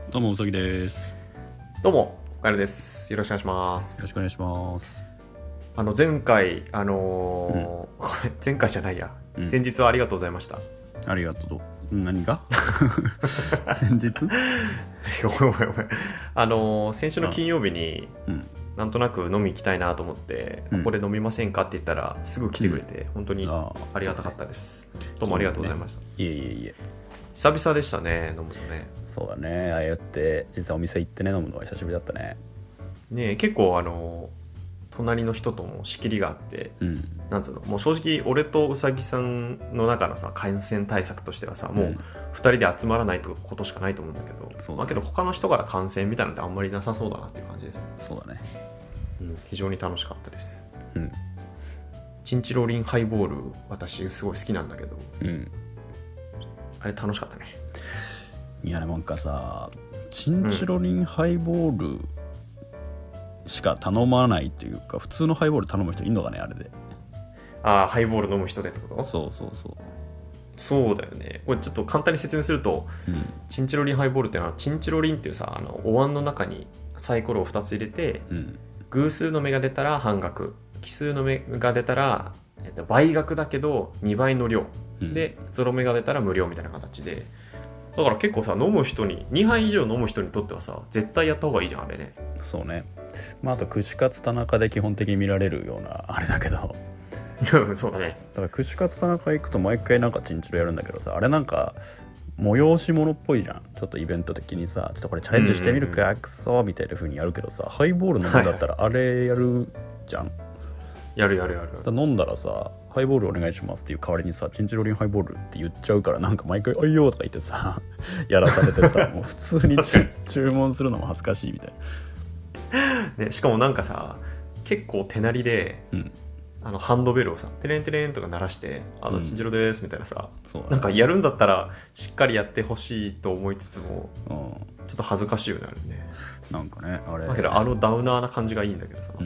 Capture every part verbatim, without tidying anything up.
どうもうさぎです。 どうも、カエルです。よろしくお願いします。 よろしくお願いします。 あの前回、あのーうん、 これ前回じゃないや、 うん、 先日はありがとうございました。 ありがとう。何が先日ごめんごめんごめん。あのー先週の金曜日に、 うん、 なんとなく飲み行きたいなと思って、 うん、 ここで飲みませんかって言ったら、すぐ来てくれて、 うん、 本当にあありがたかったです。どうもありがとうございました。 ね、いえいえいえ。 久々でしたね、飲むのね。 そうだね。ああやって実際お店行ってね飲むのは久しぶりだったね。 ね結構、あのー隣の人とも仕切りがあって、 うん、 なんつうの、もう正直俺とうさぎさんの中のさ感染対策としてはさ、もうふたりで集まらないことしかないと思うんだけど、 そうだね。 まあけど他の人から感染みたいなのってあんまりなさそうだなっていう感じですね。 そうだね。 うん、非常に楽しかったです。 うん、 チンチロリンハイボール私すごい好きなんだけど、 うん。 あれ楽しかったね。 いやなんかさ、チンチロリンハイボールしか頼まないというか、普通のハイボール頼む人いるのかねあれで。 ああ、ハイボール飲む人でってこと？ そうそうそう。 そうだよね。これちょっと簡単に説明すると、 うん、 チンチロリンハイボールっていうのは、チンチロリンっていうさ、あのお椀の中にサイコロをふたつ入れて、 うん、 偶数の目が出たら半額、奇数の目が出たら、えっと、倍額だけどにばいの量、 うん、 でゾロ目が出たら無料みたいな形で、だから結構さ、飲む人ににはい以上飲む人にとってはさ、絶対やった方がいいじゃんあれね。 そうね。まああと串カツ田中で基本的に見られるようなあれだけど、 そうだね。 だから串カツ田中行くと毎回なんかチンチロやるんだけどさ、あれなんか催し物っぽいじゃん。ちょっとイベント的にさ、ちょっとこれチャレンジしてみるか、 うんうんうん、 クソみたいな風にやるけどさ、ハイボール飲むんだったらあれやるじゃん。 やるやるやる。 だ飲んだらさ、ハイボールお願いしますっていう代わりにさ、チンチロリンハイボールって言っちゃうから、なんか毎回あいよとか言ってさやらされてさ、もう普通に注文するのも恥ずかしいみたいね、しかもなんかさ、結構手なりで、 な。うん、 あのハンドベルをさテレンテレンとか鳴らして「あの、 うん、 チンジロです」みたいなさ、 そうだね。 なんかやるんだったらしっかりやってほしいと思いつつも、 うん、 ちょっと恥ずかしいよねあれね。 なんかねあれだけどあのダウナーな感じがいいんだけどさ、 うん、 うん、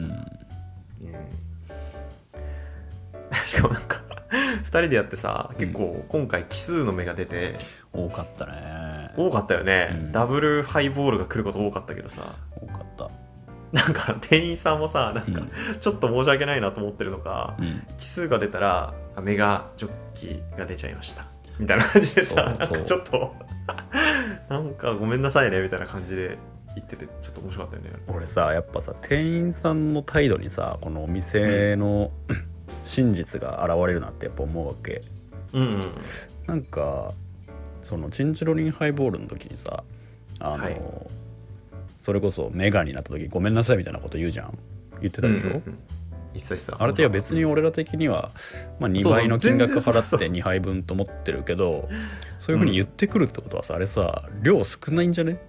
しかもなんかふたりでやってさ、結構今回奇数の目が出て、 多かったね。 多かったよね、 うん、 ダブルハイボールが来ること多かったけどさ、 多かった。 なんか店員さんもさ、なんかちょっと申し訳ないなと思ってるのか、 うん、 奇数が出たらメガジョッキが出ちゃいましたみたいな感じでさ、 そうそう、 なんかちょっとなんかごめんなさいねみたいな感じで言ってて、ちょっと面白かったよね。 俺さ、やっぱさ、店員さんの態度にさ、このお店の、うん、真実が現れるなってやっぱ思うわけ。 うんうん、 なんかそのチンチロリンハイボールの時にさ、あの、はい、それこそメガになった時ごめんなさいみたいなこと言うじゃん。言ってたでしょ、うんうんうん、 一切さあれっていや別に俺ら的には、まあ、にばいの金額払ってにはいぶんと思ってるけど、そういう風に言ってくるってことはさ、あれさ量少ないんじゃね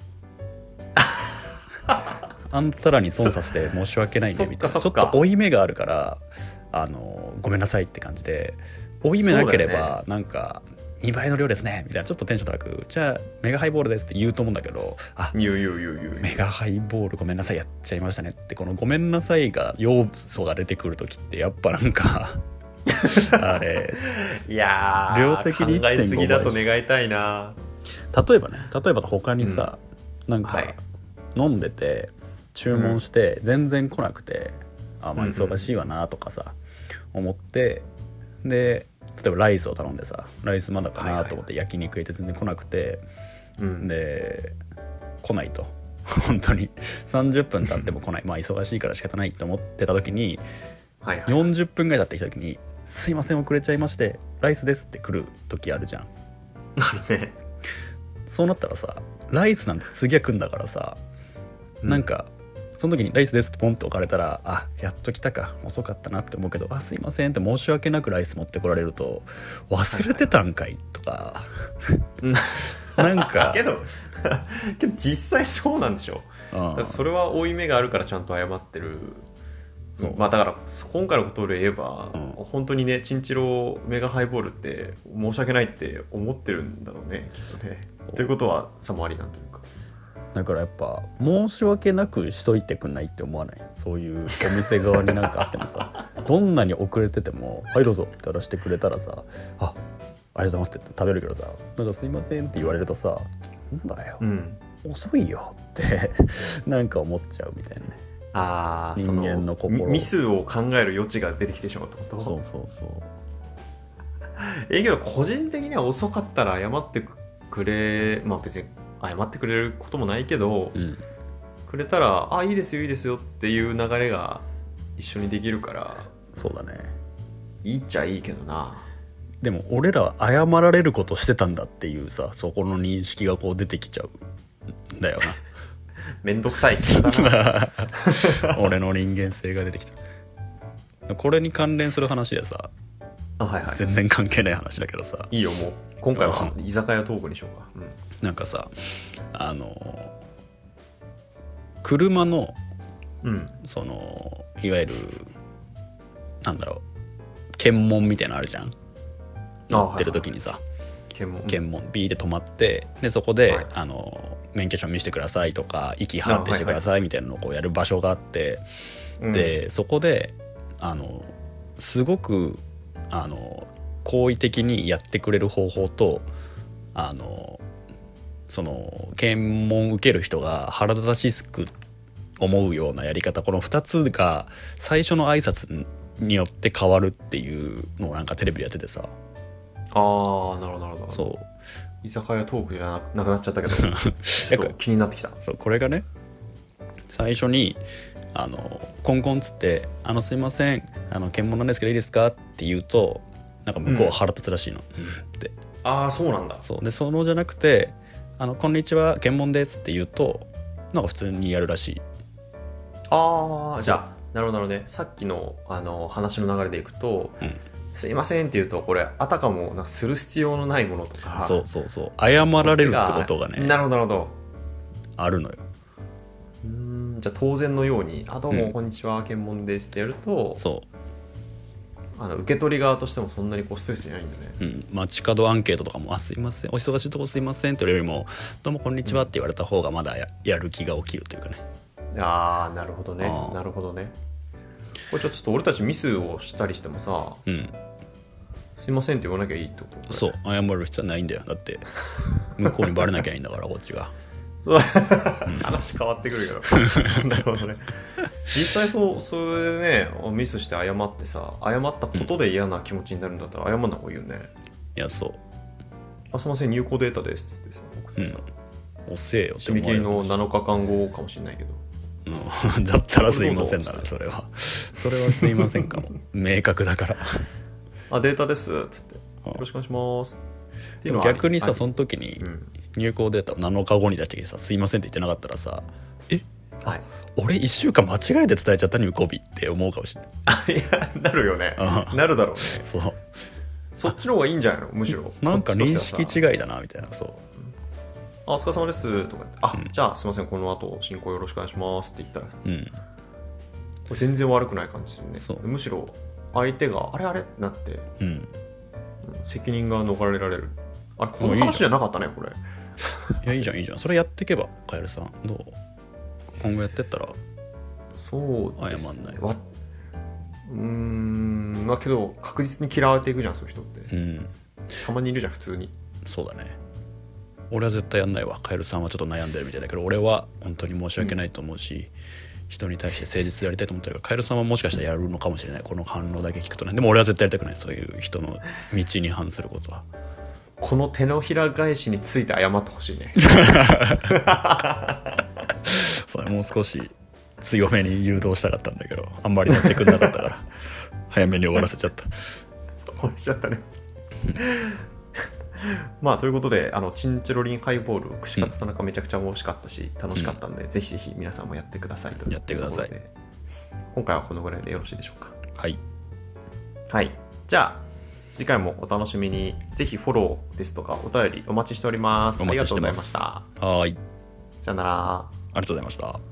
あんたらに損させて申し訳ないねみたいな、ちょっと負い目があるから、あのごめんなさいって感じで、負い目なければなんかにばいの量ですねみたいな、ちょっとテンション高く、じゃあメガハイボールですって言うと思うんだけど、あ、 言う言う言う言う、 メガハイボールごめんなさいやっちゃいましたねって、このごめんなさいが要素が出てくるときってやっぱなんかあれ、 いや量的に考えすぎだと願いたいな。 例えばね、例えば他にさ、うん、なんか、はい、飲んでて注文して全然来なくて、うん、あまあ忙しいわなとかさ、うんうん、思って、で例えばライスを頼んでさ、ライスまだかなと思って焼肉入れて全然来なくて、はいはい、で来ないと本当にさんじゅっぷん経っても来ないまあ忙しいから仕方ないと思ってた時に、はいはい、よんじゅっぷんぐらい経ってきた時にすいません遅れちゃいましてライスですって来る時あるじゃん。そうなったらさ、ライスなんて次は来んだからさ、うん、なんかその時にライスですってポンって置かれたら、あ、やっと来たか遅かったなって思うけど、あ、すいませんって申し訳なくライス持ってこられると、忘れてたんかいとかなんかけどけど実際そうなんでしょ。だからそれは負い目があるからちゃんと謝ってる。そう、まあだから今回のことで言えば、うん、本当にね、チンチロメガハイボールって申し訳ないって思ってるんだろうね、きっとね。ということはさもありなんというか。 だからやっぱ申し訳なくしといてくんないって思わない？そういうお店側になんかあってもさどんなに遅れててもはいどうぞって出してくれたらさ、あ、ありがとうございますって食べるけどさ、なんかすいませんって言われるとさ、なんだよ、うん、 遅いよってなんか思っちゃうみたいなね。 ああ、 人間の心、 ミスを考える余地が出てきてしまうってこと。 そうそうそう。 えけど個人的には遅かったら謝ってくれ、まあ別に謝ってくれることもないけど、うん、くれたらあいいですよいいですよっていう流れが一緒にできるから。 そうだね、 いいっちゃいいけどな。 でも俺らは謝られることしてたんだっていうさ、そこの認識がこう出てきちゃうんだよなめんどくさいってだな俺の人間性が出てきた。これに関連する話でさ、 あ、はいはい、 全然関係ない話だけどさ、 いいよ、もう今回は居酒屋トークにしようか、うん、 なんかさ、あの車の、うん、そのいわゆるなんだろう、検問みたいなのあるじゃん、乗ってる時にさ、はいはい、検問、検問ビーで止まって、でそこで、はい、あの免許証見せてくださいとか息判定してくださいみたいなのをこうやる場所があって、はいはい、で、うん、そこであのすごくあの好意的にやってくれる方法と、あのその検問受ける人が腹立たしく思うようなやり方、このふたつが最初の挨拶によって変わるっていうのをなんかテレビでやっててさ。 あー、なるほどなるほど。 そう、 居酒屋トークじゃ な, なくなっちゃったけどちょっと気になってきた。 そう、これがね、最初にあのコンコンつって「あのすいません、あの検問なんですけどいいですか?」って言うと、なんか向こうは腹立つらしいの、うん、って。 ああ、そうなんだ。 そうで、そのじゃなくて「あのこんにちは検問です」って言うとなんか普通にやるらしい。 ああ、じゃあなるほどなるほどね。さっきのあの話の流れでいくと、うん、すいませんって言うと、これあたかもなんかする必要のないものとか、 そうそうそう、謝られるってことがね、 なるほどなるほど、 あるのよ。 うーん、じゃあ当然のように「あ、どうも、うん、こんにちは検問です」ってやると、 そう、 あの受け取り側としてもそんなにこうストレスじゃないんだね。 うん、街角アンケートとかも「あ、すいません、お忙しいとこすいません」って言われるよりも「どうもこんにちは」って言われた方がまだ や, やる気が起きるというかね。 ああ、なるほどね、なるほどね。これちょっと俺たちミスをしたりしてもさ、うん、すいませんって言わなきゃいいってこと？ そう、謝る必要はないんだよ。だって向こうにバレなきゃいいんだからこっちがそう、うん、話変わってくるけどなるほどね。実際そう、それでね、ミスして謝ってさ、謝ったことで嫌な気持ちになるんだったら謝んない方がいいよね。 いや、そう、 あ、すいません入庫データですってさ、送ってさ、 うん、遅えよって締め切りのなのかかんごかもしれないけど、 うん、だったらすいませんだな、それはそれはすいませんかも明確だからあ、データですっつってよろしくお願いしますっていうのは。 でも逆にさ、その時に入庫データをなのかごに出してきてさ、すいませんって言ってなかったらさ、え、はい、俺いっしゅうかん間違えて伝えちゃった入庫日って思うかもしれない。 あ、いや、なるよねなるだろうね。 そう、 そっちの方がいいんじゃないの、むしろなんか認識違いだなみたいな。そう、 あ、お疲れ様ですとか言って、あ、うん、じゃあすいませんこの後進行よろしくお願いしますって言ったら、うん、これ全然悪くない感じするね。そう、むしろ相手があれあれってなって、うん、責任が逃れられる。あれ、この話じゃなかったねこれ。 いや、いいじゃんいいじゃん、それやってけば。カエルさんどう、今後やってったら。 そうですね、謝んない。 うーん、まあけど確実に嫌われていくじゃん、そういう人って、うん、たまにいるじゃん普通に。 そうだね、俺は絶対やんないわ。カエルさんはちょっと悩んでるみたいだけど、俺は本当に申し訳ないと思うし、うん、人に対して誠実でやりたいと思ってるから、カエルさんはもしかしたらやるのかもしれない、この反応だけ聞くとね。でも俺は絶対やりたくない、そういう人の道に反することは。 この手のひら返しについて謝ってほしいねそれもう少し強めに誘導したかったんだけど、あんまりやってくれなかったから早めに終わらせちゃった終わっちゃったねまあということで、あのチンチロリンハイボール串カツ田中めちゃくちゃ美味しかったし、うん、楽しかったんで、うん、ぜひぜひ皆さんもやってくださいという。 やってください。 今回はこのぐらいでよろしいでしょうか。 はいはい、じゃあ次回もお楽しみに。ぜひフォローですとかお便りお待ちしております。ありがとうございました。 はい、 さよなら。 ありがとうございました。